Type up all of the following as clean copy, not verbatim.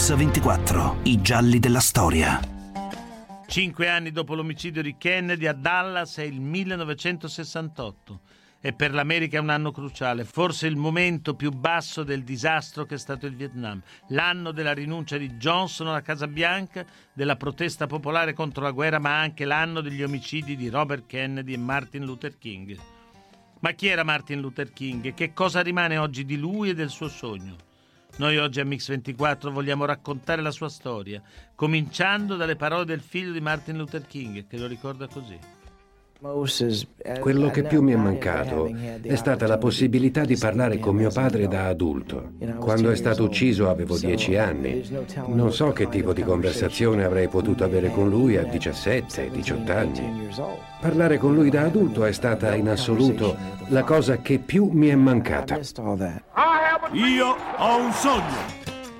Mix24, i gialli della storia. 5 anni dopo l'omicidio di Kennedy a Dallas è il 1968 e per l'America è un anno cruciale, forse il momento più basso del disastro che è stato il Vietnam, l'anno della rinuncia di Johnson alla Casa Bianca, della protesta popolare contro la guerra, ma anche l'anno degli omicidi di Robert Kennedy e Martin Luther King. Ma chi era Martin Luther King e che cosa rimane oggi di lui e del suo sogno? Noi oggi a Mix24 vogliamo raccontare la sua storia, cominciando dalle parole del figlio di Martin Luther King, che lo ricorda così. Quello che più mi è mancato è stata la possibilità di parlare con mio padre da adulto. Quando è stato ucciso avevo 10 anni. Non so che tipo di conversazione avrei potuto avere con lui a 17, 18 anni. Parlare con lui da adulto è stata in assoluto la cosa che più mi è mancata. Io ho un sogno.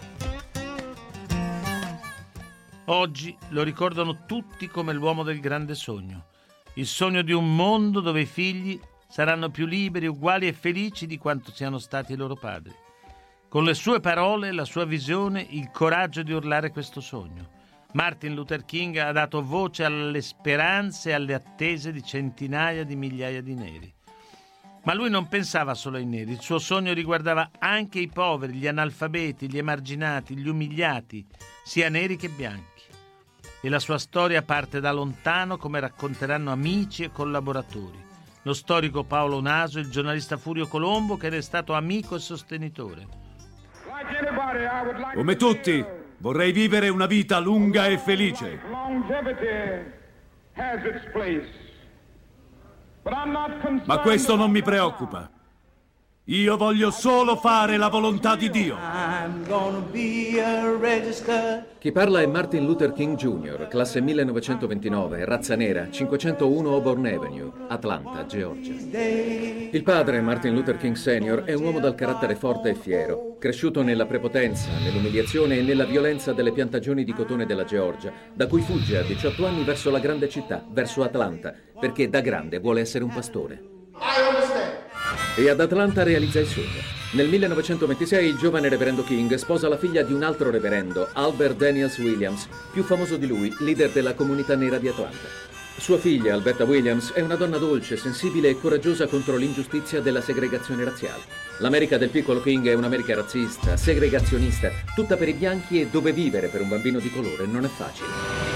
Oggi lo ricordano tutti come l'uomo del grande sogno. Il sogno di un mondo dove i figli saranno più liberi, uguali e felici di quanto siano stati i loro padri. Con le sue parole, la sua visione, il coraggio di urlare questo sogno. Martin Luther King ha dato voce alle speranze e alle attese di centinaia di migliaia di neri. Ma lui non pensava solo ai neri, il suo sogno riguardava anche i poveri, gli analfabeti, gli emarginati, gli umiliati, sia neri che bianchi. E la sua storia parte da lontano, come racconteranno amici e collaboratori. Lo storico Paolo Naso, il giornalista Furio Colombo, che ne è stato amico e sostenitore. Come tutti, vorrei vivere una vita lunga e felice. Ma questo non mi preoccupa. Io voglio solo fare la volontà di Dio. Chi parla è Martin Luther King Jr., classe 1929, razza nera, 501 Auburn Avenue, Atlanta, Georgia. Il padre, Martin Luther King Sr., è un uomo dal carattere forte e fiero, cresciuto nella prepotenza, nell'umiliazione e nella violenza delle piantagioni di cotone della Georgia, da cui fugge a 18 anni verso la grande città, verso Atlanta, perché da grande vuole essere un pastore. E ad Atlanta realizza il sogno. Nel 1926 il giovane reverendo King sposa la figlia di un altro reverendo, Albert Daniels Williams, più famoso di lui, leader della comunità nera di Atlanta. Sua figlia, Alberta Williams, è una donna dolce, sensibile e coraggiosa contro l'ingiustizia della segregazione razziale. L'America del piccolo King è un'America razzista, segregazionista, tutta per i bianchi, e dove vivere per un bambino di colore non è facile.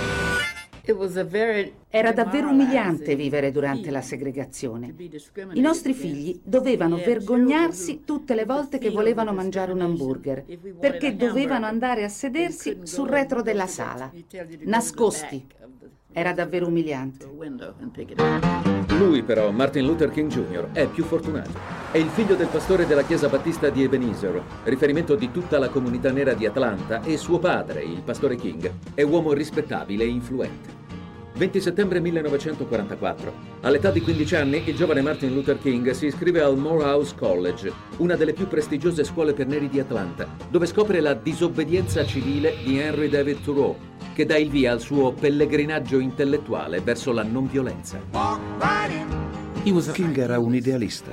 Era davvero umiliante vivere durante la segregazione. I nostri figli dovevano vergognarsi tutte le volte che volevano mangiare un hamburger, perché dovevano andare a sedersi sul retro della sala, nascosti. Era davvero umiliante. Lui però, Martin Luther King Jr., è più fortunato. È il figlio del pastore della chiesa battista di Ebenezer, riferimento di tutta la comunità nera di Atlanta, e suo padre, il pastore King, è uomo rispettabile e influente. 20 settembre 1944. All'età di 15 anni, il giovane Martin Luther King si iscrive al Morehouse College, una delle più prestigiose scuole per neri di Atlanta, dove scopre la disobbedienza civile di Henry David Thoreau, che dà il via al suo pellegrinaggio intellettuale verso la non violenza. King era un idealista.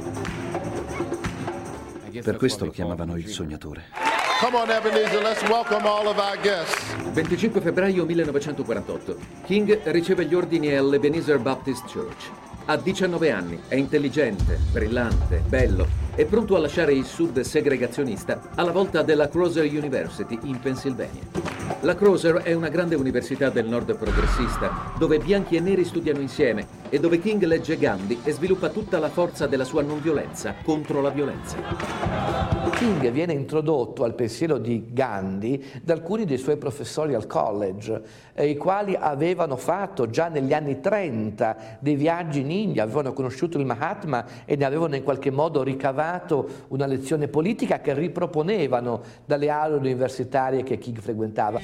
Per questo lo chiamavano il sognatore. Come on, Ebenezer, let's welcome all of our guests. 25 febbraio 1948. King riceve gli ordini all'Ebenezer Baptist Church. Ha 19 anni, è intelligente, brillante, bello e pronto a lasciare il sud segregazionista alla volta della Crozer University in Pennsylvania. La Crozer è una grande università del nord progressista, dove bianchi e neri studiano insieme e dove King legge Gandhi e sviluppa tutta la forza della sua non violenza contro la violenza. King viene introdotto al pensiero di Gandhi da alcuni dei suoi professori al college, i quali avevano fatto già negli anni 30 dei viaggi in India, avevano conosciuto il Mahatma e ne avevano in qualche modo ricavato una lezione politica che riproponevano dalle aule universitarie che King frequentava.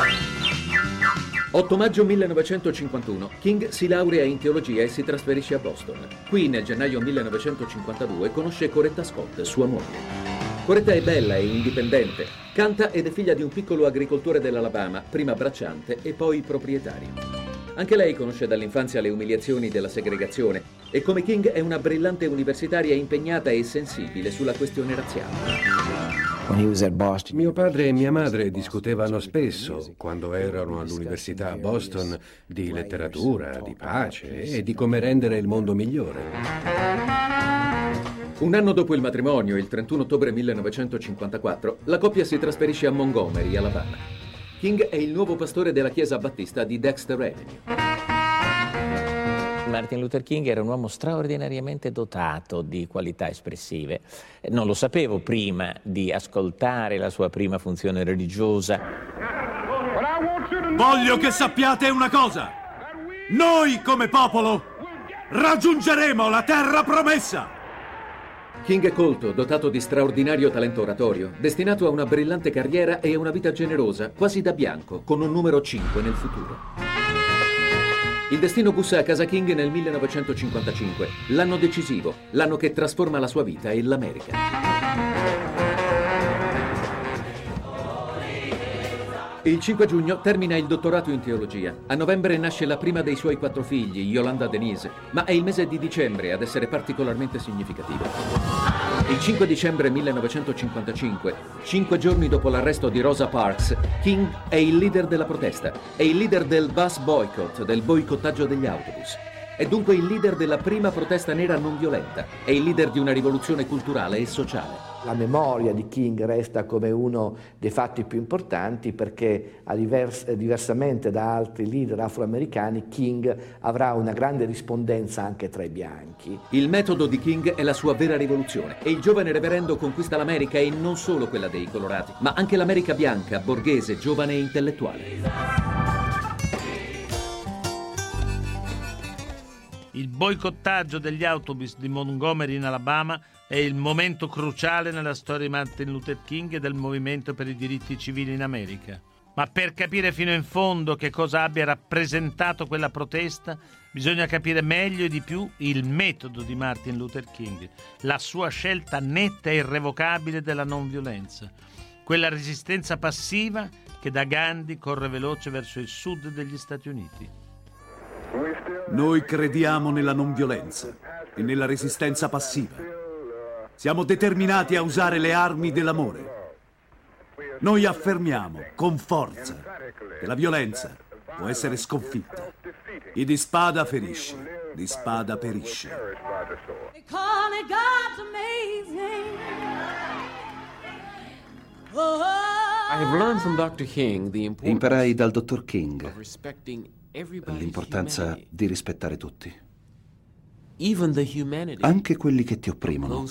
8 maggio 1951, King si laurea in teologia e si trasferisce a Boston. Qui nel gennaio 1952 conosce Coretta Scott, sua moglie. Coretta è bella e indipendente, canta ed è figlia di un piccolo agricoltore dell'Alabama, prima bracciante e poi proprietario. Anche lei conosce dall'infanzia le umiliazioni della segregazione e come King è una brillante universitaria impegnata e sensibile sulla questione razziale. Mio padre e mia madre discutevano spesso, quando erano all'università a Boston, di letteratura, di pace e di come rendere il mondo migliore. Un anno dopo il matrimonio, il 31 ottobre 1954, la coppia si trasferisce a Montgomery, Alabama. King è il nuovo pastore della chiesa battista di Dexter Avenue. Martin Luther King era un uomo straordinariamente dotato di qualità espressive. Non lo sapevo prima di ascoltare la sua prima funzione religiosa. Voglio che sappiate una cosa. Noi, come popolo, raggiungeremo la terra promessa. King è colto, dotato di straordinario talento oratorio, destinato a una brillante carriera e a una vita generosa, quasi da bianco, con un numero 5 nel futuro. Il destino bussa a casa King nel 1955, l'anno decisivo, l'anno che trasforma la sua vita e l'America. Il 5 giugno termina il dottorato in teologia. A novembre nasce la prima dei suoi 4 figli, Yolanda Denise, ma è il mese di dicembre ad essere particolarmente significativo. Il 5 dicembre 1955, 5 giorni dopo l'arresto di Rosa Parks, King è il leader della protesta, è il leader del bus boycott, del boicottaggio degli autobus. È dunque il leader della prima protesta nera non violenta, è il leader di una rivoluzione culturale e sociale. La memoria di King resta come uno dei fatti più importanti perché, diversamente da altri leader afroamericani, King avrà una grande rispondenza anche tra i bianchi. Il metodo di King è la sua vera rivoluzione e il giovane reverendo conquista l'America e non solo quella dei colorati, ma anche l'America bianca, borghese, giovane e intellettuale. Il boicottaggio degli autobus di Montgomery in Alabama è il momento cruciale nella storia di Martin Luther King e del movimento per i diritti civili in America. Ma per capire fino in fondo che cosa abbia rappresentato quella protesta, bisogna capire meglio e di più il metodo di Martin Luther King, la sua scelta netta e irrevocabile della non violenza, quella resistenza passiva che da Gandhi corre veloce verso il sud degli Stati Uniti. Noi crediamo nella non violenza e nella resistenza passiva. Siamo determinati a usare le armi dell'amore. Noi affermiamo con forza che la violenza può essere sconfitta. Chi di spada ferisce, di spada perisce. Imparai dal dottor King l'importanza di rispettare tutti, anche quelli che ti opprimono.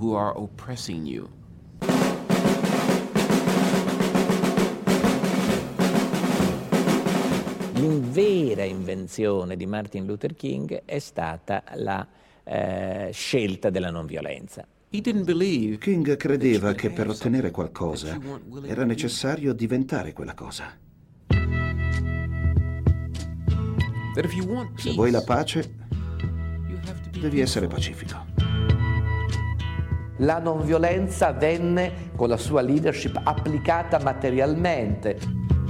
Vera invenzione di Martin Luther King è stata la scelta della non violenza. King credeva che per ottenere qualcosa era necessario diventare quella cosa. Se vuoi la pace, devi essere pacifico. La non violenza venne, con la sua leadership, applicata materialmente.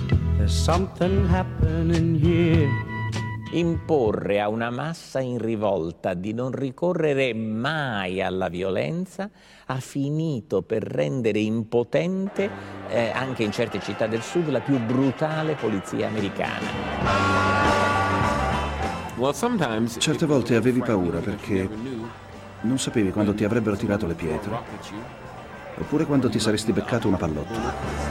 Imporre a una massa in rivolta di non ricorrere mai alla violenza ha finito per rendere impotente, anche in certe città del sud, la più brutale polizia americana. Certe volte avevi paura perché non sapevi quando ti avrebbero tirato le pietre, oppure quando ti saresti beccato una pallottola.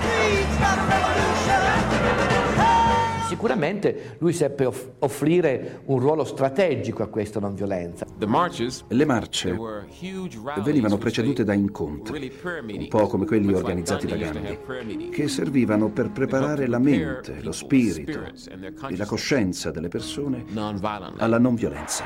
Sicuramente lui seppe offrire un ruolo strategico a questa non violenza. Le marce venivano precedute da incontri, un po' come quelli organizzati da Gandhi, che servivano per preparare la mente, lo spirito e la coscienza delle persone alla non violenza.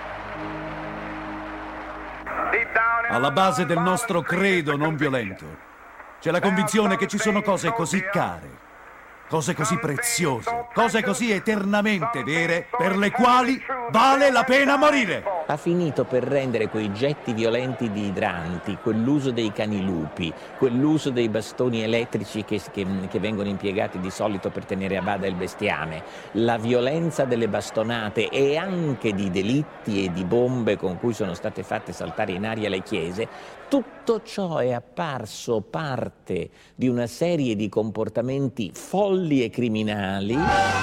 Alla base del nostro credo non violento c'è la convinzione che ci sono cose così care, cose così preziose, cose così eternamente vere, per le quali vale la pena morire. Ha finito per rendere quei getti violenti di idranti, quell'uso dei canilupi, quell'uso dei bastoni elettrici che vengono impiegati di solito per tenere a bada il bestiame, la violenza delle bastonate e anche di delitti e di bombe con cui sono state fatte saltare in aria le chiese, tutto ciò è apparso parte di una serie di comportamenti folli e criminali.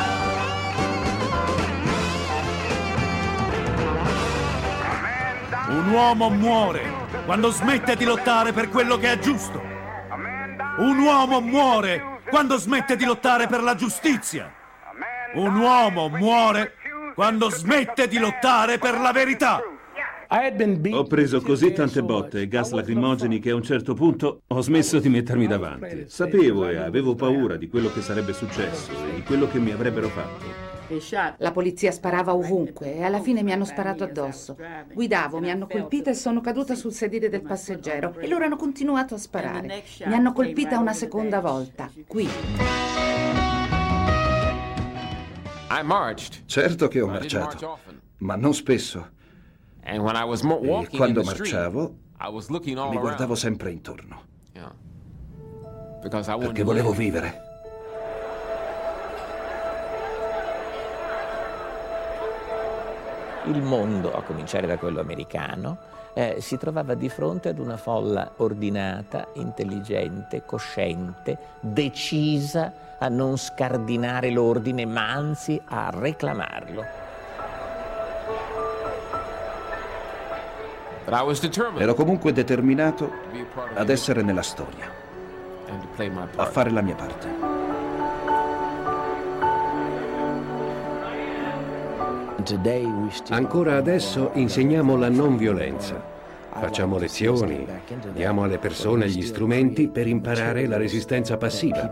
Un uomo muore quando smette di lottare per quello che è giusto. Un uomo muore quando smette di lottare per la giustizia. Un uomo muore quando smette di lottare per la verità. Ho preso così tante botte e gas lacrimogeni che a un certo punto ho smesso di mettermi davanti. Sapevo e avevo paura di quello che sarebbe successo e di quello che mi avrebbero fatto. La polizia sparava ovunque e alla fine mi hanno sparato addosso. Guidavo, mi hanno colpita e sono caduta sul sedile del passeggero e loro hanno continuato a sparare. Mi hanno colpita una seconda volta, qui. Certo che ho marciato, ma non spesso. E quando marciavo, mi guardavo sempre intorno. Perché volevo vivere. Il mondo, a cominciare da quello americano, si trovava di fronte ad una folla ordinata, intelligente, cosciente, decisa a non scardinare l'ordine, ma anzi a reclamarlo. Ero comunque determinato ad essere nella storia, a fare la mia parte. Ancora adesso insegniamo la non violenza. Facciamo lezioni, diamo alle persone gli strumenti per imparare la resistenza passiva.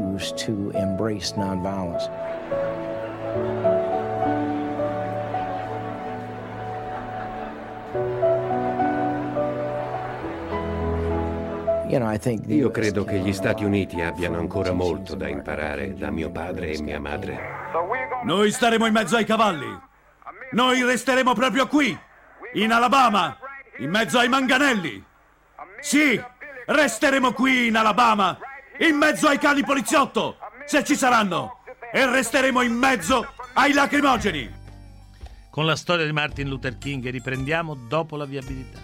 Io credo che gli Stati Uniti abbiano ancora molto da imparare da mio padre e mia madre. Noi staremo in mezzo ai cavalli. Noi resteremo proprio qui, in Alabama, in mezzo ai manganelli. Sì, resteremo qui in Alabama, in mezzo ai cani poliziotto, se ci saranno. E resteremo in mezzo ai lacrimogeni. Con la storia di Martin Luther King riprendiamo dopo la viabilità.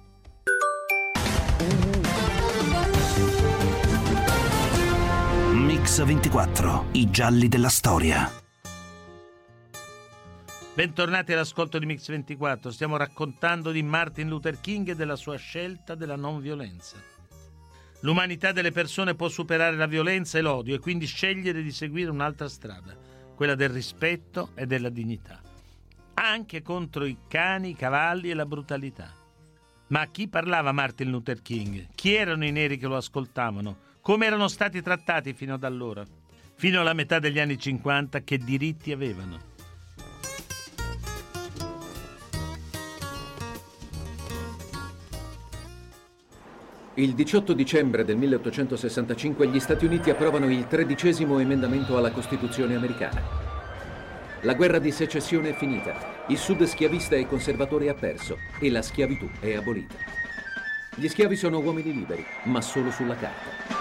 Mix 24, i gialli della storia. Bentornati all'ascolto di Mix 24. Stiamo raccontando di Martin Luther King e della sua scelta della non violenza. L'umanità delle persone può superare la violenza e l'odio e quindi scegliere di seguire un'altra strada, quella del rispetto e della dignità, anche contro i cani, i cavalli e la brutalità. Ma a chi parlava Martin Luther King? Chi erano i neri che lo ascoltavano? Come erano stati trattati fino ad allora? Fino alla metà degli anni 50, che diritti avevano? Il 18 dicembre del 1865 gli Stati Uniti approvano il 13° emendamento alla Costituzione americana. La guerra di secessione è finita, il sud schiavista e conservatore ha perso e la schiavitù è abolita. Gli schiavi sono uomini liberi, ma solo sulla carta.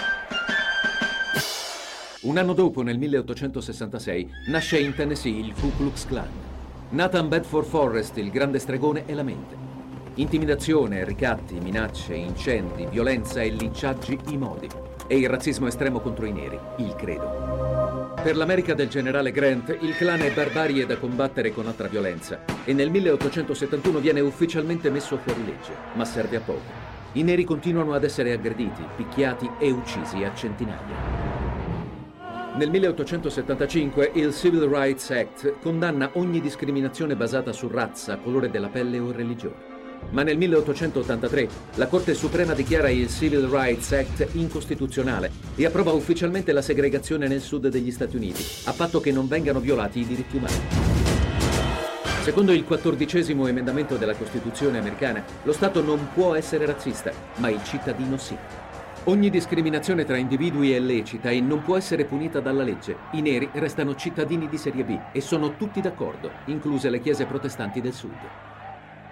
Un anno dopo, nel 1866, nasce in Tennessee il Ku Klux Klan. Nathan Bedford Forrest, il grande stregone, è la mente. Intimidazione, ricatti, minacce, incendi, violenza e linciaggi i modi. E il razzismo estremo contro i neri, il credo. Per l'America del generale Grant, il Klan è barbarie da combattere con altra violenza e nel 1871 viene ufficialmente messo fuori legge, ma serve a poco. I neri continuano ad essere aggrediti, picchiati e uccisi a centinaia. Nel 1875 il Civil Rights Act condanna ogni discriminazione basata su razza, colore della pelle o religione. Ma nel 1883 la Corte Suprema dichiara il Civil Rights Act incostituzionale e approva ufficialmente la segregazione nel sud degli Stati Uniti, a patto che non vengano violati i diritti umani. Secondo il 14° emendamento della Costituzione americana, lo Stato non può essere razzista, ma il cittadino sì. Ogni discriminazione tra individui è lecita e non può essere punita dalla legge. I neri restano cittadini di serie B e sono tutti d'accordo, incluse le chiese protestanti del sud.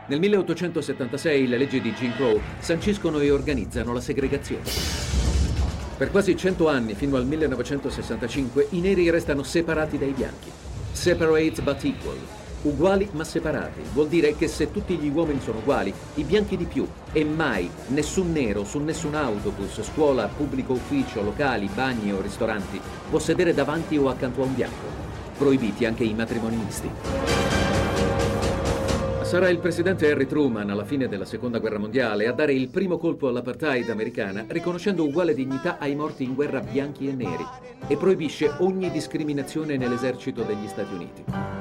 Nel 1876 le leggi di Jim Crow sanciscono e organizzano la segregazione. Per quasi 100 anni, fino al 1965, i neri restano separati dai bianchi. Separate but equal. Uguali ma separati. Vuol dire che se tutti gli uomini sono uguali, i bianchi di più, e mai nessun nero su nessun autobus, scuola, pubblico ufficio, locali, bagni o ristoranti può sedere davanti o accanto a un bianco. Proibiti anche i matrimoni misti. Sarà il presidente Harry Truman, alla fine della Seconda Guerra Mondiale, a dare il primo colpo all'apartheid americana, riconoscendo uguale dignità ai morti in guerra bianchi e neri, e proibisce ogni discriminazione nell'esercito degli Stati Uniti.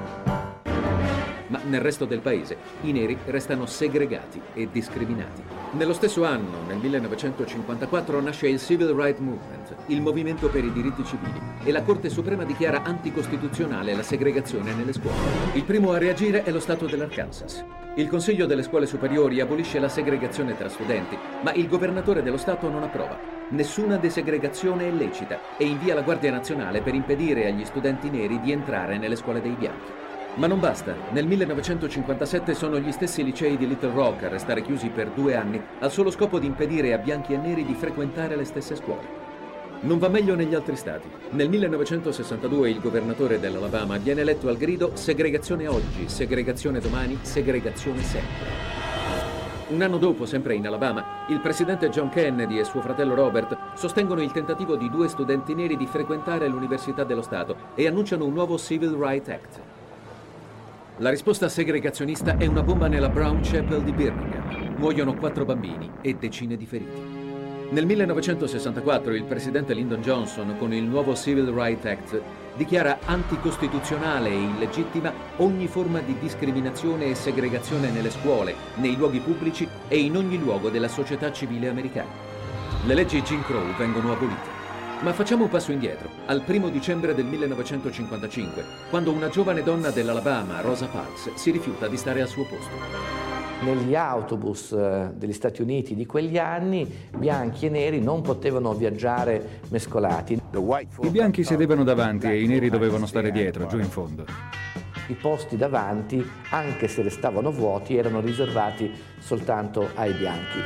Ma nel resto del paese i neri restano segregati e discriminati. Nello stesso anno, nel 1954, nasce il Civil Rights Movement, il movimento per i diritti civili, e la Corte Suprema dichiara anticostituzionale la segregazione nelle scuole. Il primo a reagire è lo Stato dell'Arkansas. Il Consiglio delle Scuole Superiori abolisce la segregazione tra studenti, ma il governatore dello Stato non approva. Nessuna desegregazione è lecita e invia la Guardia Nazionale per impedire agli studenti neri di entrare nelle scuole dei bianchi. Ma non basta. Nel 1957 sono gli stessi licei di Little Rock a restare chiusi per 2 anni al solo scopo di impedire a bianchi e neri di frequentare le stesse scuole. Non va meglio negli altri stati. Nel 1962 il governatore dell'Alabama viene eletto al grido segregazione oggi, segregazione domani, segregazione sempre. Un anno dopo, sempre in Alabama, il presidente John Kennedy e suo fratello Robert sostengono il tentativo di 2 studenti neri di frequentare l'Università dello Stato e annunciano un nuovo Civil Rights Act. La risposta segregazionista è una bomba nella Brown Chapel di Birmingham. Muoiono 4 bambini e decine di feriti. Nel 1964 il presidente Lyndon Johnson, con il nuovo Civil Rights Act, dichiara anticostituzionale e illegittima ogni forma di discriminazione e segregazione nelle scuole, nei luoghi pubblici e in ogni luogo della società civile americana. Le leggi Jim Crow vengono abolite. Ma facciamo un passo indietro, al 1 dicembre del 1955, quando una giovane donna dell'Alabama, Rosa Parks, si rifiuta di stare al suo posto. Negli autobus degli Stati Uniti di quegli anni, bianchi e neri non potevano viaggiare mescolati. I bianchi sedevano davanti e i neri dovevano stare dietro, giù in fondo. I posti davanti, anche se restavano vuoti, erano riservati soltanto ai bianchi.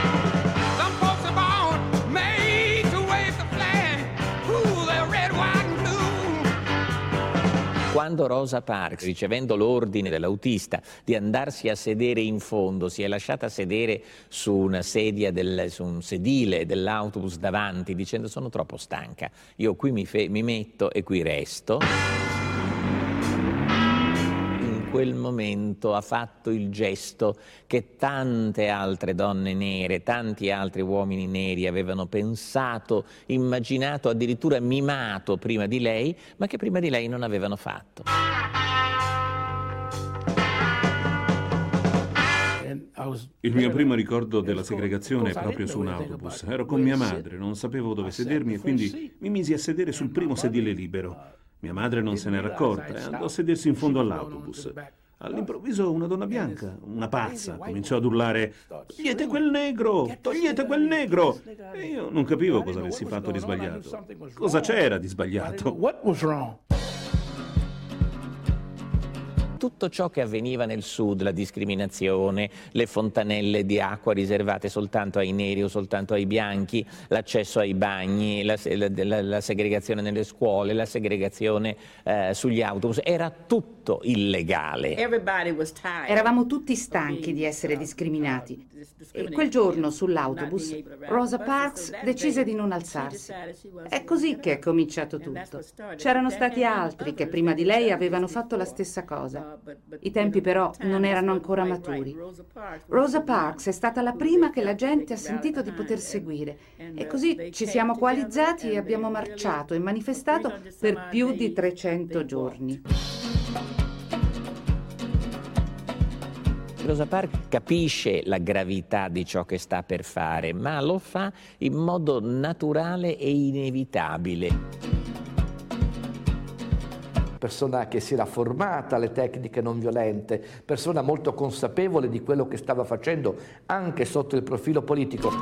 Quando Rosa Parks, ricevendo l'ordine dell'autista di andarsi a sedere in fondo, si è lasciata sedere su una sedia, su un sedile dell'autobus davanti, dicendo sono troppo stanca, io qui mi metto e qui resto. In quel momento ha fatto il gesto che tante altre donne nere, tanti altri uomini neri avevano pensato, immaginato, addirittura mimato prima di lei, ma che prima di lei non avevano fatto. Il mio primo ricordo della segregazione è proprio su un autobus. Ero con mia madre, non sapevo dove sedermi e quindi mi misi a sedere sul primo sedile libero. Mia madre non se n'era accorta e andò a sedersi in fondo all'autobus. All'improvviso una donna bianca, una pazza, cominciò ad urlare «Togliete quel negro! Togliete quel negro!» E io non capivo cosa avessi fatto di sbagliato. Cosa c'era di sbagliato? Tutto ciò che avveniva nel sud, la discriminazione, le fontanelle di acqua riservate soltanto ai neri o soltanto ai bianchi, l'accesso ai bagni, la segregazione nelle scuole, la segregazione sugli autobus, era tutto illegale. Eravamo tutti stanchi di essere discriminati. E quel giorno sull'autobus Rosa Parks decise di non alzarsi. È così che è cominciato tutto. C'erano stati altri che prima di lei avevano fatto la stessa cosa. I tempi però non erano ancora maturi. Rosa Parks è stata la prima che la gente ha sentito di poter seguire e così ci siamo coalizzati e abbiamo marciato e manifestato per più di 300 giorni. Rosa Parks capisce la gravità di ciò che sta per fare, ma lo fa in modo naturale e inevitabile. Persona che si era formata alle tecniche non violente, persona molto consapevole di quello che stava facendo anche sotto il profilo politico.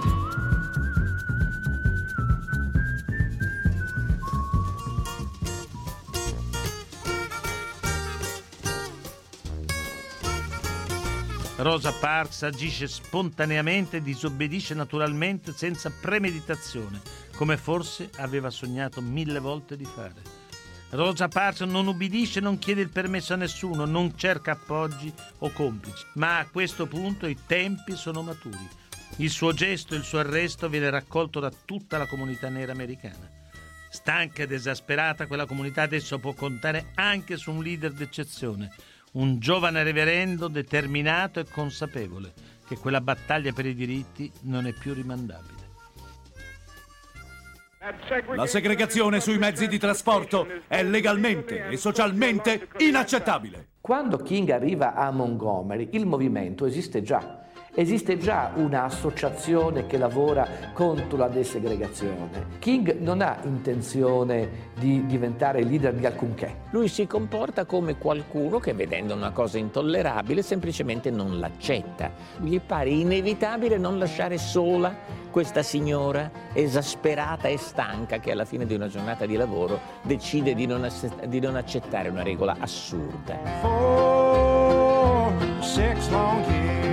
Rosa Parks agisce spontaneamente e disobbedisce naturalmente senza premeditazione, come forse aveva sognato 1000 volte di fare. Rosa Parks non ubbidisce, non chiede il permesso a nessuno, non cerca appoggi o complici, ma a questo punto i tempi sono maturi. Il suo gesto, il suo arresto viene raccolto da tutta la comunità nera americana. Stanca ed esasperata, quella comunità adesso può contare anche su un leader d'eccezione, un giovane reverendo determinato e consapevole che quella battaglia per i diritti non è più rimandabile. La segregazione sui mezzi di trasporto è legalmente e socialmente inaccettabile. Quando King arriva a Montgomery, il movimento esiste già. Esiste già un'associazione che lavora contro la desegregazione. King non ha intenzione di diventare leader di alcunché. Lui si comporta come qualcuno che, vedendo una cosa intollerabile, semplicemente non l'accetta. Gli pare inevitabile non lasciare sola questa signora esasperata e stanca che alla fine di una giornata di lavoro decide di non accettare una regola assurda. 6 long years.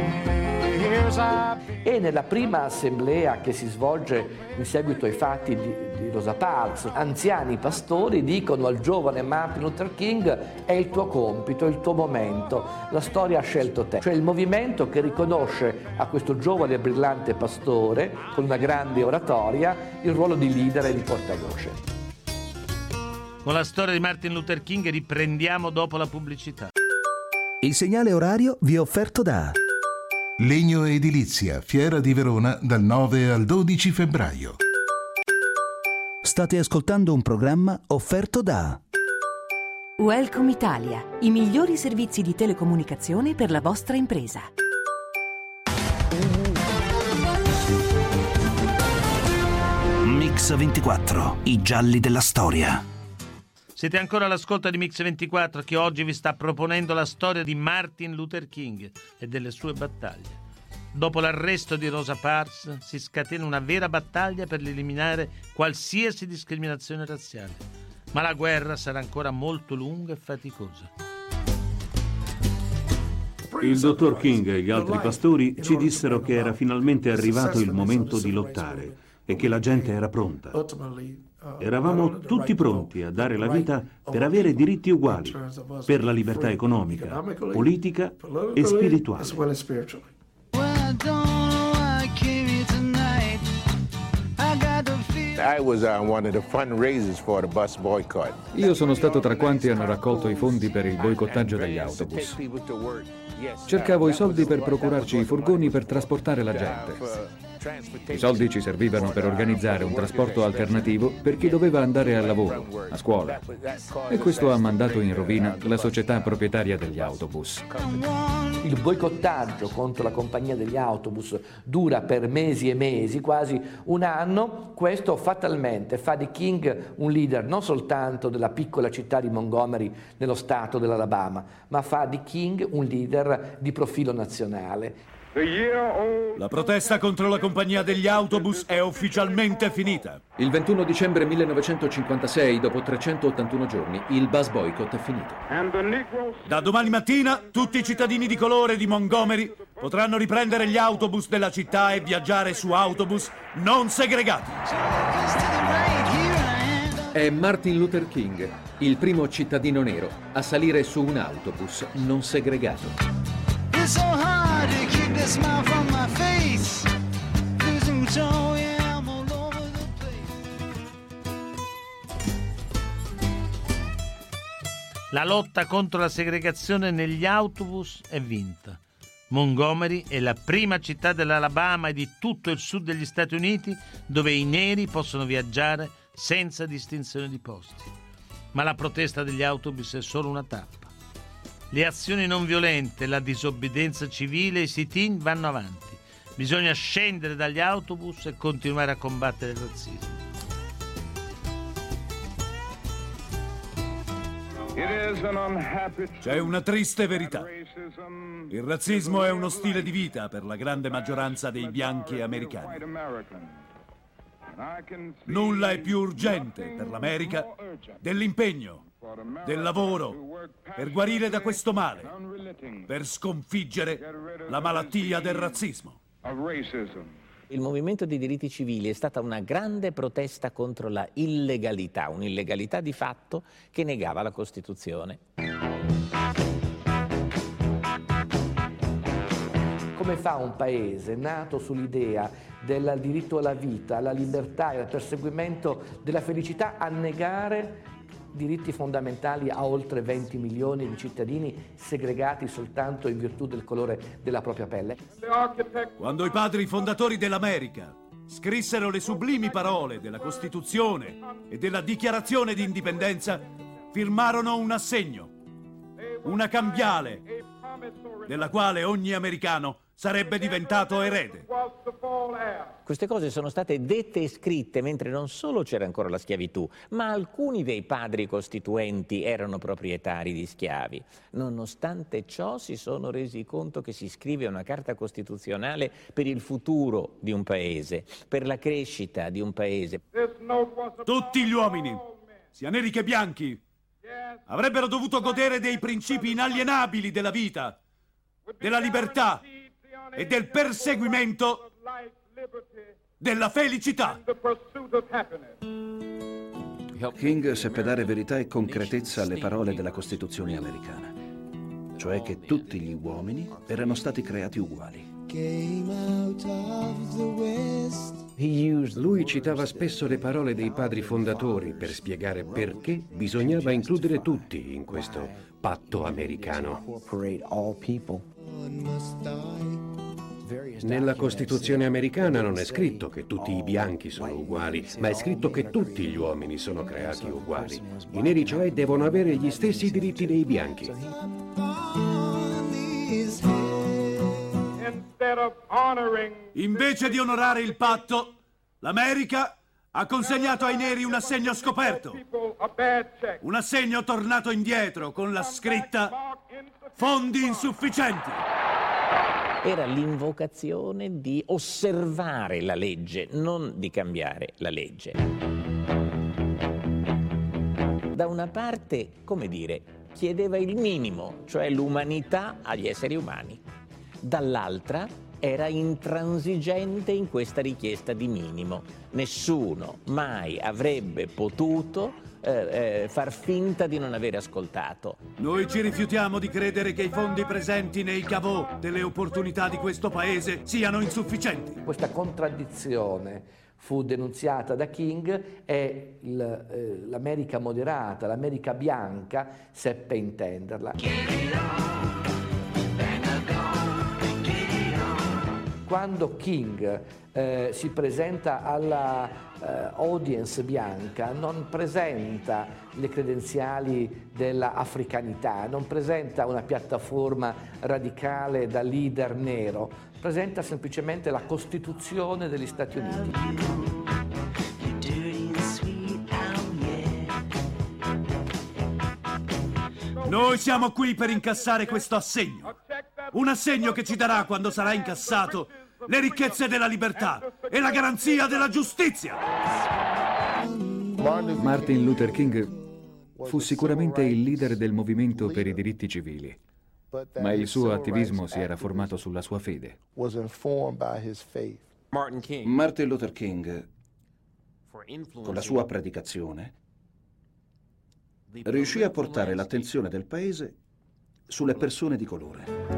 E nella prima assemblea che si svolge in seguito ai fatti di Rosa Parks, anziani pastori dicono al giovane Martin Luther King: è il tuo compito, è il tuo momento, la storia ha scelto te. Cioè il movimento che riconosce a questo giovane e brillante pastore, con una grande oratoria, il ruolo di leader e di portavoce. Con la storia di Martin Luther King riprendiamo dopo la pubblicità. Il segnale orario vi è offerto da Legno Edilizia, Fiera di Verona, dal 9 al 12 febbraio. State ascoltando un programma offerto da Welcome Italia, i migliori servizi di telecomunicazione per la vostra impresa. Mix 24, i gialli della storia. Siete ancora all'ascolto di Mix 24, che oggi vi sta proponendo la storia di Martin Luther King e delle sue battaglie. Dopo l'arresto di Rosa Parks si scatena una vera battaglia per eliminare qualsiasi discriminazione razziale, ma la guerra sarà ancora molto lunga e faticosa. Il dottor King e gli altri pastori ci dissero che era finalmente arrivato il momento di lottare e che la gente era pronta. Eravamo tutti pronti a dare la vita per avere diritti uguali, per la libertà economica, politica e spirituale. Io sono stato tra quanti hanno raccolto i fondi per il boicottaggio degli autobus. Cercavo i soldi per procurarci i furgoni per trasportare la gente. I soldi ci servivano per organizzare un trasporto alternativo per chi doveva andare al lavoro, a scuola. E questo ha mandato in rovina la società proprietaria degli autobus. Il boicottaggio contro la compagnia degli autobus dura per mesi e mesi, quasi un anno. Questo fatalmente fa di King un leader non soltanto della piccola città di Montgomery nello stato dell'Alabama, ma fa di King un leader di profilo nazionale. La protesta contro la compagnia degli autobus è ufficialmente finita. Il 21 dicembre 1956, dopo 381 giorni, il bus boycott è finito. Da domani mattina tutti i cittadini di colore di Montgomery potranno riprendere gli autobus della città e viaggiare su autobus non segregati. È Martin Luther King, il primo cittadino nero a salire su un autobus non segregato. La lotta contro la segregazione negli autobus è vinta. Montgomery è la prima città dell'Alabama e di tutto il sud degli Stati Uniti dove i neri possono viaggiare senza distinzione di posti. Ma la protesta degli autobus è solo una tappa. Le azioni non violente, la disobbedienza civile e i sit-in vanno avanti. Bisogna scendere dagli autobus e continuare a combattere il razzismo. C'è una triste verità. Il razzismo è uno stile di vita per la grande maggioranza dei bianchi americani. Nulla è più urgente per l'America dell'impegno, del lavoro, per guarire da questo male, per sconfiggere la malattia del razzismo. Il movimento dei diritti civili è stata una grande protesta contro la illegalità, un'illegalità di fatto che negava la Costituzione. Come fa un paese nato sull'idea del diritto alla vita, alla libertà e al perseguimento della felicità a negare diritti fondamentali a oltre 20 milioni di cittadini segregati soltanto in virtù del colore della propria pelle? Quando i padri fondatori dell'America scrissero le sublimi parole della Costituzione e della Dichiarazione di Indipendenza, firmarono un assegno, una cambiale, della quale ogni americano sarebbe diventato erede. Queste cose sono state dette e scritte mentre non solo c'era ancora la schiavitù, ma alcuni dei padri costituenti erano proprietari di schiavi. Nonostante ciò si sono resi conto che si scrive una carta costituzionale per il futuro di un paese, per la crescita di un paese. Tutti gli uomini, sia neri che bianchi, avrebbero dovuto godere dei principi inalienabili della vita, della libertà e del perseguimento della felicità. King seppe dare verità e concretezza alle parole della Costituzione americana, cioè che tutti gli uomini erano stati creati uguali. Lui citava spesso le parole dei padri fondatori per spiegare perché bisognava includere tutti in questo patto americano. Nella Costituzione americana non è scritto che tutti i bianchi sono uguali, ma è scritto che tutti gli uomini sono creati uguali. I neri, cioè, devono avere gli stessi diritti dei bianchi. Invece di onorare il patto, l'America ha consegnato ai neri un assegno scoperto, un assegno tornato indietro con la scritta «Fondi insufficienti». Era l'invocazione di osservare la legge, non di cambiare la legge. Da una parte, come dire, chiedeva il minimo, cioè l'umanità agli esseri umani. Dall'altra era intransigente in questa richiesta di minimo. Nessuno mai avrebbe potuto far finta di non avere ascoltato. Noi ci rifiutiamo di credere che i fondi presenti nei caveau delle opportunità di questo paese siano insufficienti. Questa contraddizione fu denunziata da King e l'America moderata, l'America bianca seppe intenderla. Quando King si presenta alla audience bianca, non presenta le credenziali della africanità, non presenta una piattaforma radicale da leader nero, presenta semplicemente la Costituzione degli Stati Uniti. Noi siamo qui per incassare questo assegno. Un assegno che ci darà, quando sarà incassato, le ricchezze della libertà e la garanzia della giustizia. Martin Luther King fu sicuramente il leader del movimento per i diritti civili, ma il suo attivismo si era formato sulla sua fede. Martin Luther King, con la sua predicazione, riuscì a portare l'attenzione del paese sulle persone di colore.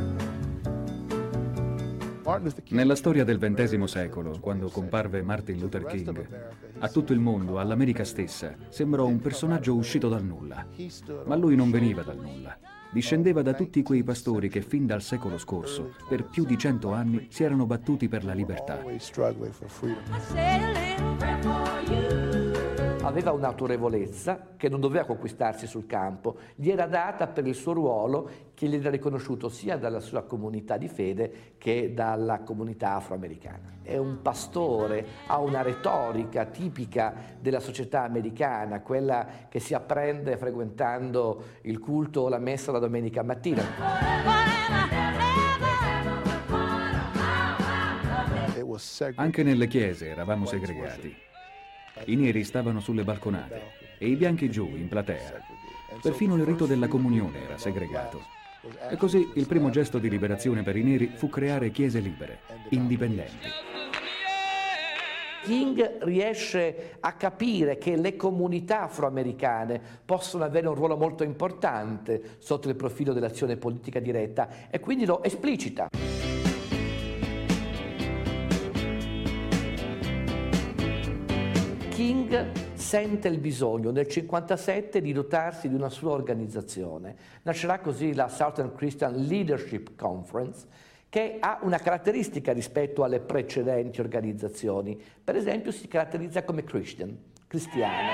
Nella storia del XX secolo, quando comparve Martin Luther King, a tutto il mondo, all'America stessa, sembrò un personaggio uscito dal nulla. Ma lui non veniva dal nulla. Discendeva da tutti quei pastori che fin dal secolo scorso, per più di 100 anni, si erano battuti per la libertà. Aveva un'autorevolezza che non doveva conquistarsi sul campo, gli era data per il suo ruolo che gli era riconosciuto sia dalla sua comunità di fede che dalla comunità afroamericana. È un pastore, ha una retorica tipica della società americana, quella che si apprende frequentando il culto o la messa la domenica mattina. Anche nelle chiese eravamo segregati. I neri stavano sulle balconate e i bianchi giù, in platea. Perfino il rito della comunione era segregato. E così il primo gesto di liberazione per i neri fu creare chiese libere, indipendenti. King riesce a capire che le comunità afroamericane possono avere un ruolo molto importante sotto il profilo dell'azione politica diretta e quindi lo esplicita. King sente il bisogno nel 1957 di dotarsi di una sua organizzazione. Nascerà così la Southern Christian Leadership Conference, che ha una caratteristica rispetto alle precedenti organizzazioni. Per esempio si caratterizza come cristiana.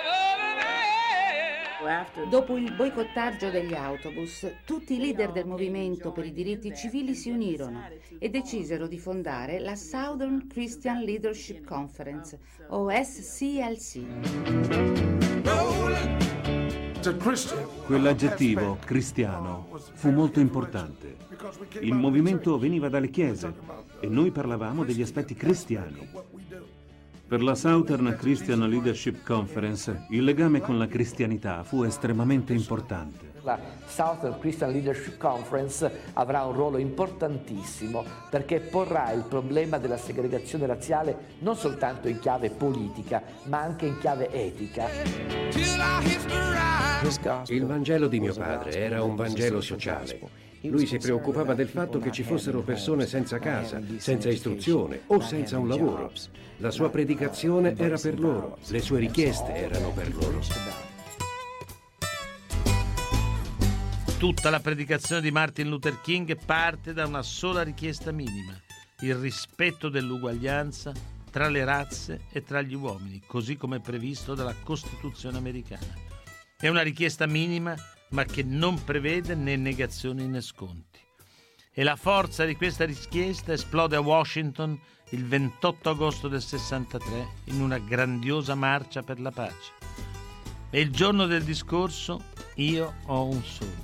Dopo il boicottaggio degli autobus, tutti i leader del movimento per i diritti civili si unirono e decisero di fondare la Southern Christian Leadership Conference, o SCLC. Quell'aggettivo, cristiano, fu molto importante. Il movimento veniva dalle chiese e noi parlavamo degli aspetti cristiani. Per la Southern Christian Leadership Conference, il legame con la cristianità fu estremamente importante. La Southern Christian Leadership Conference avrà un ruolo importantissimo perché porrà il problema della segregazione razziale non soltanto in chiave politica, ma anche in chiave etica. Il Vangelo di mio padre era un Vangelo sociale. Lui si preoccupava del fatto che ci fossero persone senza casa, senza istruzione o senza un lavoro. La sua predicazione era per loro, le sue richieste erano per loro. Tutta la predicazione di Martin Luther King parte da una sola richiesta minima: il rispetto dell'uguaglianza tra le razze e tra gli uomini, così come previsto dalla Costituzione americana. È una richiesta minima, ma che non prevede né negazioni né sconti. E la forza di questa richiesta esplode a Washington il 28 agosto del 63 in una grandiosa marcia per la pace. E il giorno del discorso io ho un sogno.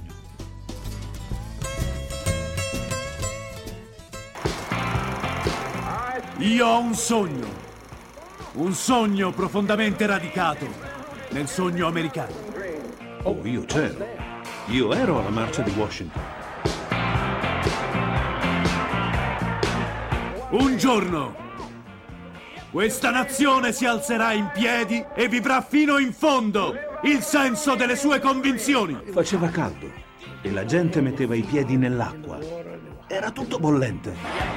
Io ho un sogno profondamente radicato nel sogno americano. Oh, io c'ero. Io ero alla marcia di Washington. Un giorno questa nazione si alzerà in piedi e vivrà fino in fondo il senso delle sue convinzioni. Faceva caldo e la gente metteva i piedi nell'acqua. Era tutto bollente.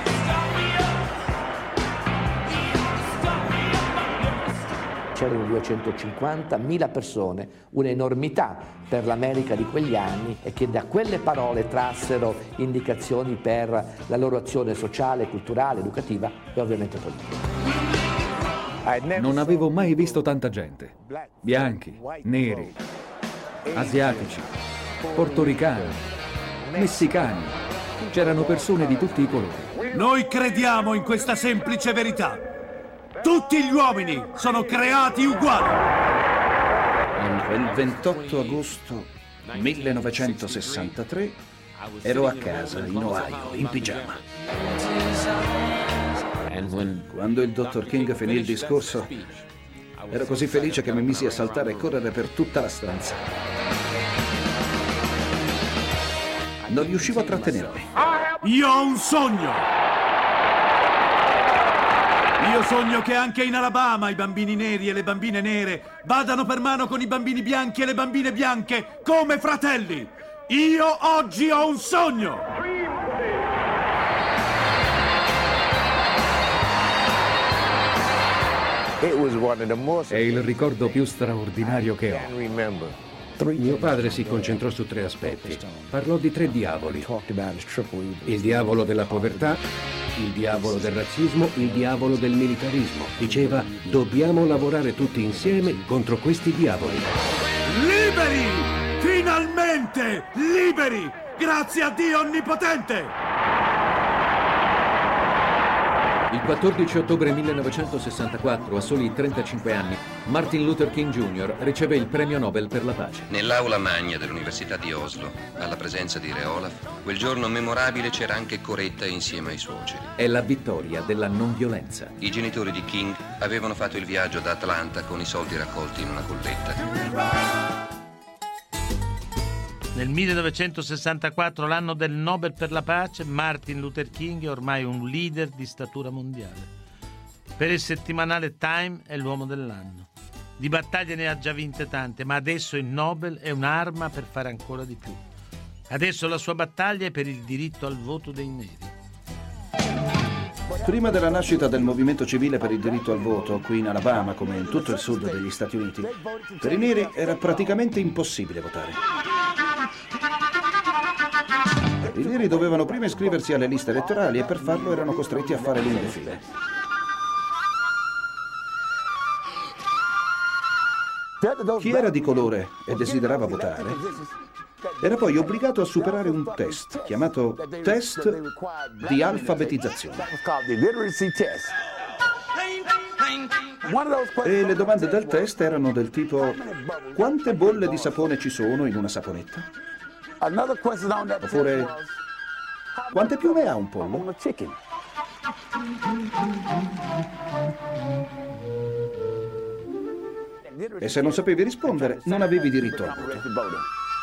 C'erano 250.000 persone, un'enormità per l'America di quegli anni e che da quelle parole trassero indicazioni per la loro azione sociale, culturale, educativa e ovviamente politica. Non avevo mai visto tanta gente. Bianchi, neri, asiatici, portoricani, messicani. C'erano persone di tutti i colori. Noi crediamo in questa semplice verità. Tutti gli uomini sono creati uguali. Il 28 agosto 1963 ero a casa in Ohio, in pigiama. Quando il dottor King finì il discorso, ero così felice che mi misi a saltare e correre per tutta la stanza. Non riuscivo a trattenermi. Io ho un sogno! Io sogno che anche in Alabama i bambini neri e le bambine nere vadano per mano con i bambini bianchi e le bambine bianche come fratelli. Io oggi ho un sogno! È il ricordo più straordinario che ho. Mio padre si concentrò su 3 aspetti. Parlò di 3 diavoli. Il diavolo della povertà, il diavolo del razzismo, il diavolo del militarismo. Diceva, dobbiamo lavorare tutti insieme contro questi diavoli. Liberi! Finalmente! Liberi! Grazie a Dio Onnipotente! Il 14 ottobre 1964, a soli 35 anni, Martin Luther King Jr. riceve il premio Nobel per la pace. Nell'aula magna dell'Università di Oslo, alla presenza di Re Olaf, quel giorno memorabile c'era anche Coretta insieme ai suoceri. È la vittoria della non violenza. I genitori di King avevano fatto il viaggio da Atlanta con i soldi raccolti in una colletta. Nel 1964, l'anno del Nobel per la pace, Martin Luther King è ormai un leader di statura mondiale. Per il settimanale Time è l'uomo dell'anno. Di battaglie ne ha già vinte tante, ma adesso il Nobel è un'arma per fare ancora di più. Adesso la sua battaglia è per il diritto al voto dei neri. Prima della nascita del movimento civile per il diritto al voto, qui in Alabama, come in tutto il sud degli Stati Uniti, per i neri era praticamente impossibile votare. I neri dovevano prima iscriversi alle liste elettorali e per farlo erano costretti a fare lunghe file. Chi era di colore e desiderava votare era poi obbligato a superare un test chiamato test di alfabetizzazione. E le domande del test erano del tipo: quante bolle di sapone ci sono in una saponetta? Oppure, quante piume ha un pollo? E se non sapevi rispondere, non avevi diritto al voto.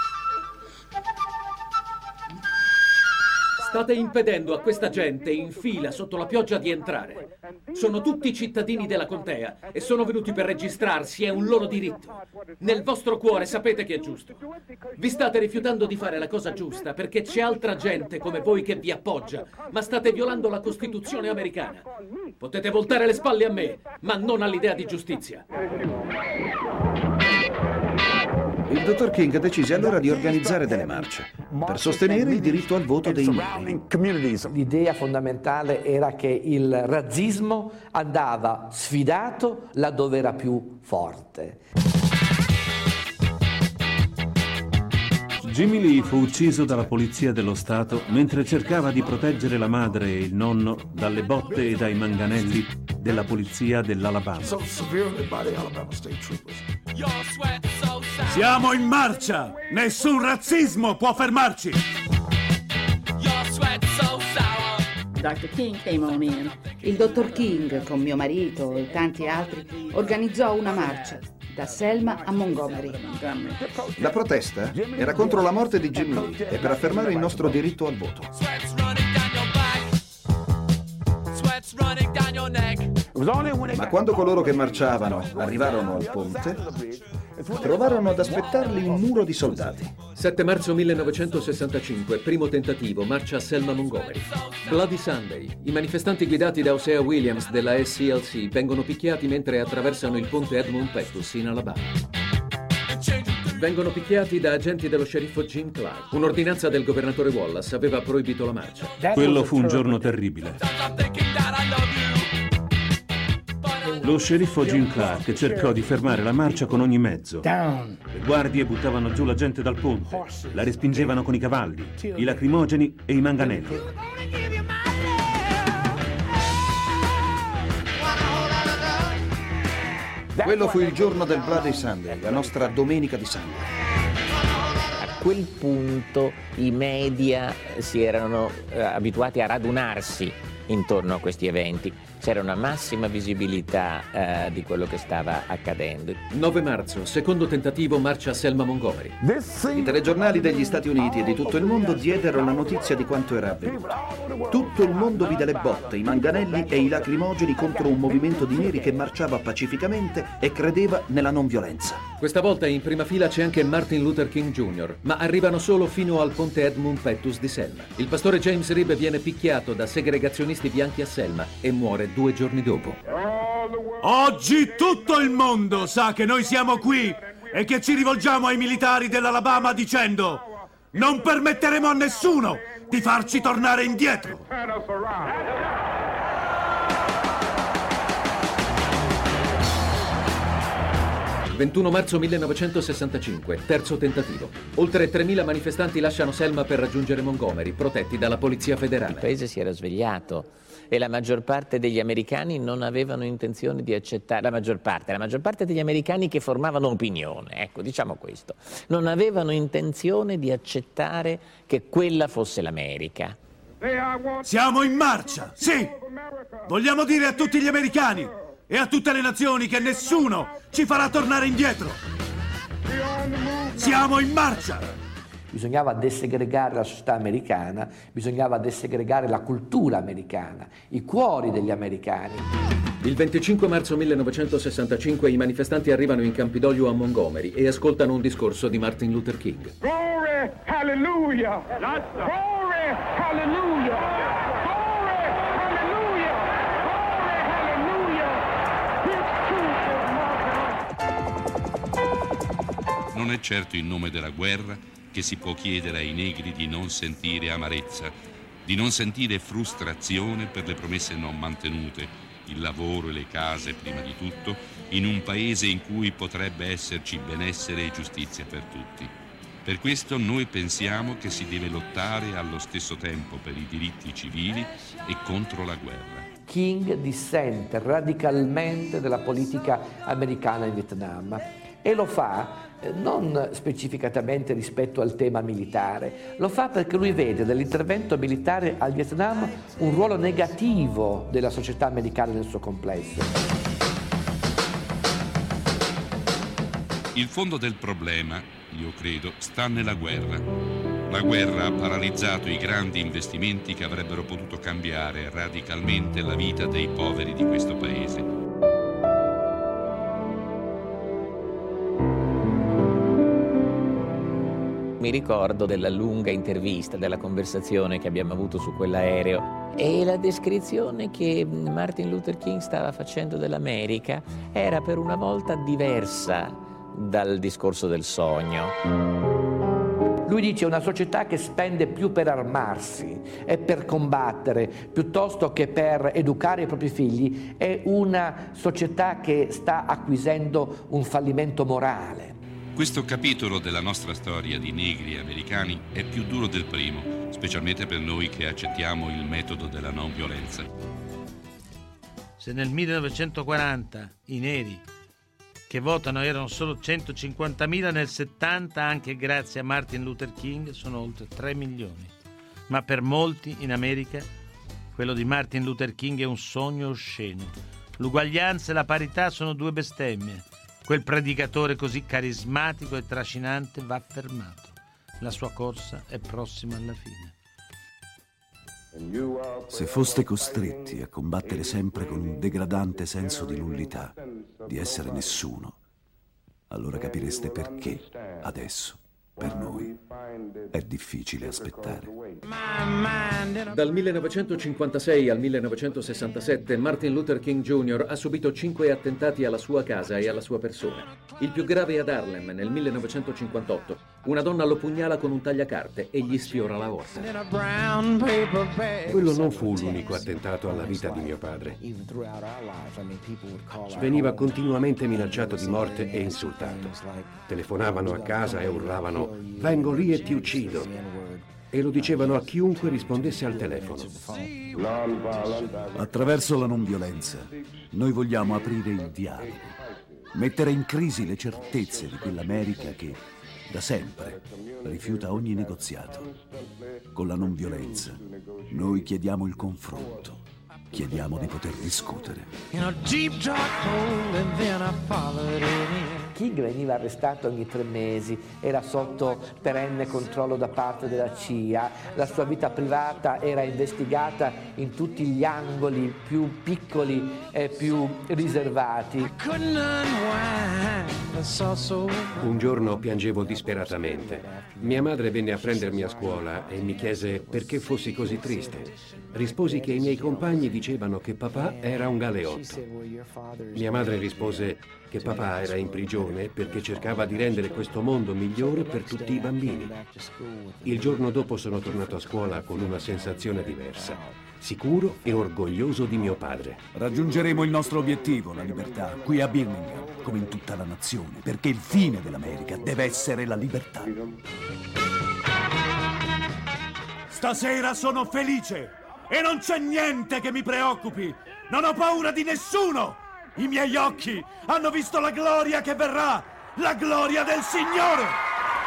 State impedendo a questa gente in fila sotto la pioggia di entrare. Sono tutti cittadini della contea e sono venuti per registrarsi, è un loro diritto. Nel vostro cuore sapete che è giusto. Vi state rifiutando di fare la cosa giusta perché c'è altra gente come voi che vi appoggia, ma state violando la Costituzione americana. Potete voltare le spalle a me, ma non all'idea di giustizia. Il dottor King decise allora di organizzare delle marce per sostenere il diritto al voto dei neri. L'idea fondamentale era che il razzismo andava sfidato laddove era più forte. Jimmy Lee fu ucciso dalla polizia dello Stato mentre cercava di proteggere la madre e il nonno dalle botte e dai manganelli della polizia dell'Alabama. Siamo in marcia! Nessun razzismo può fermarci! Il dottor King, con mio marito e tanti altri, organizzò una marcia da Selma a Montgomery. La protesta era contro la morte di Jimmy Lee e per affermare il nostro diritto al voto. Ma quando coloro che marciavano arrivarono al ponte, trovarono ad aspettarli un muro di soldati. 7 marzo 1965, primo tentativo, marcia a Selma Montgomery. Bloody Sunday. I manifestanti guidati da Hosea Williams della SCLC vengono picchiati mentre attraversano il ponte Edmund Pettus in Alabama. Vengono picchiati da agenti dello sceriffo Jim Clark. Un'ordinanza del governatore Wallace aveva proibito la marcia. Quello fu un giorno terribile. Lo sceriffo Jim Clark cercò di fermare la marcia con ogni mezzo. Le guardie buttavano giù la gente dal ponte, la respingevano con i cavalli, i lacrimogeni e i manganelli. Quello fu il giorno del Bloody Sunday, la nostra domenica di sangue. A quel punto i media si erano abituati a radunarsi intorno a questi eventi. C'era una massima visibilità di quello che stava accadendo. 9 marzo, secondo tentativo, marcia a Selma Montgomery. I telegiornali degli Stati Uniti e di tutto il mondo diedero la notizia di quanto era avvenuto. Tutto il mondo vide le botte, i manganelli e i lacrimogeni contro un movimento di neri che marciava pacificamente e credeva nella non violenza. Questa volta in prima fila c'è anche Martin Luther King Jr., ma arrivano solo fino al ponte Edmund Pettus di Selma. Il pastore James Reeb viene picchiato da segregazionisti bianchi a Selma e muore 2 giorni dopo. Oggi tutto il mondo sa che noi siamo qui e che ci rivolgiamo ai militari dell'Alabama dicendo: non permetteremo a nessuno di farci tornare indietro. 21 marzo 1965, terzo tentativo. Oltre 3.000 manifestanti lasciano Selma per raggiungere Montgomery, protetti dalla Polizia Federale. Il paese si era svegliato e la maggior parte degli americani non avevano intenzione di accettare, la maggior parte degli americani che formavano opinione, ecco, diciamo questo, non avevano intenzione di accettare che quella fosse l'America. Siamo in marcia, sì! Vogliamo dire a tutti gli americani e a tutte le nazioni che nessuno ci farà tornare indietro. Siamo in marcia! Bisognava desegregare la società americana, bisognava desegregare la cultura americana, i cuori degli americani. Il 25 marzo 1965 i manifestanti arrivano in Campidoglio a Montgomery e ascoltano un discorso di Martin Luther King. Glory, hallelujah! Glory, hallelujah! Glory, hallelujah! Glory, hallelujah! Non è certo in nome della guerra che si può chiedere ai negri di non sentire amarezza, di non sentire frustrazione per le promesse non mantenute, il lavoro e le case prima di tutto, in un paese in cui potrebbe esserci benessere e giustizia per tutti. Per questo noi pensiamo che si deve lottare allo stesso tempo per i diritti civili e contro la guerra. King dissente radicalmente dalla politica americana in Vietnam e lo fa non specificatamente rispetto al tema militare, lo fa perché lui vede nell'intervento militare al Vietnam un ruolo negativo della società americana nel suo complesso. Il fondo del problema, io credo, sta nella guerra. La guerra ha paralizzato i grandi investimenti che avrebbero potuto cambiare radicalmente la vita dei poveri di questo paese. Mi ricordo della lunga intervista, della conversazione che abbiamo avuto su quell'aereo e la descrizione che Martin Luther King stava facendo dell'America era per una volta diversa dal discorso del sogno. Lui dice una società che spende più per armarsi e per combattere piuttosto che per educare i propri figli è una società che sta acquisendo un fallimento morale. Questo capitolo della nostra storia di negri americani è più duro del primo, specialmente per noi che accettiamo il metodo della non violenza. Se nel 1940 i neri che votano erano solo 150.000, nel 70, anche grazie a Martin Luther King, sono oltre 3 milioni. Ma per molti in America quello di Martin Luther King è un sogno osceno. L'uguaglianza e la parità sono due bestemmie. Quel predicatore così carismatico e trascinante va fermato. La sua corsa è prossima alla fine. Se foste costretti a combattere sempre con un degradante senso di nullità, di essere nessuno, allora capireste perché adesso, per noi, è difficile aspettare. Dal 1956 al 1967 Martin Luther King Jr. ha subito 5 attentati alla sua casa e alla sua persona. Il più grave ad Harlem nel 1958. Una donna lo pugnala con un tagliacarte e gli sfiora la aorta. Quello non fu l'unico attentato alla vita di mio padre. Veniva continuamente minacciato di morte e insultato. Telefonavano a casa e urlavano «Vengo lì e ti uccido!» e lo dicevano a chiunque rispondesse al telefono. Attraverso la non violenza, noi vogliamo aprire il dialogo, mettere in crisi le certezze di quell'America che, da sempre, rifiuta ogni negoziato. Con la non violenza, noi chiediamo il confronto, chiediamo di poter discutere. King veniva arrestato ogni 3 mesi, era sotto perenne controllo da parte della CIA, la sua vita privata era investigata in tutti gli angoli più piccoli e più riservati. Un giorno piangevo disperatamente. Mia madre venne a prendermi a scuola e mi chiese perché fossi così triste. Risposi che i miei compagni dicevano che papà era un galeotto. Mia madre rispose che papà era in prigione perché cercava di rendere questo mondo migliore per tutti i bambini. Il giorno dopo sono tornato a scuola con una sensazione diversa, sicuro e orgoglioso di mio padre. Raggiungeremo il nostro obiettivo, la libertà, qui a Birmingham, come in tutta la nazione, perché il fine dell'America deve essere la libertà. Stasera sono felice E non c'è niente che mi preoccupi. Non ho paura di nessuno. I miei occhi hanno visto la gloria che verrà, la gloria del Signore.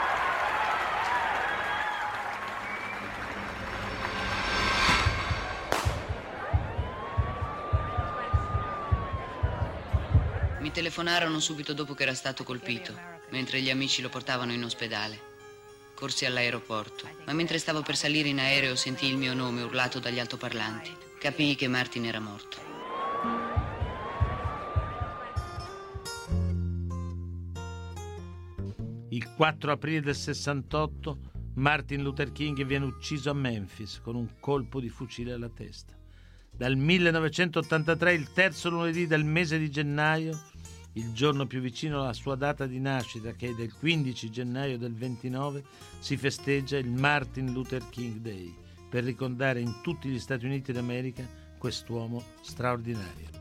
Mi telefonarono subito dopo che era stato colpito, mentre gli amici lo portavano in ospedale. Corsi all'aeroporto, ma mentre stavo per salire in aereo sentii il mio nome urlato dagli altoparlanti. Capii che Martin era morto. Il 4 aprile del 68 Martin Luther King viene ucciso a Memphis con un colpo di fucile alla testa. Dal 1983, il terzo lunedì del mese di gennaio, il giorno più vicino alla sua data di nascita, che è del 15 gennaio del 29, si festeggia il Martin Luther King Day per ricordare in tutti gli Stati Uniti d'America quest'uomo straordinario.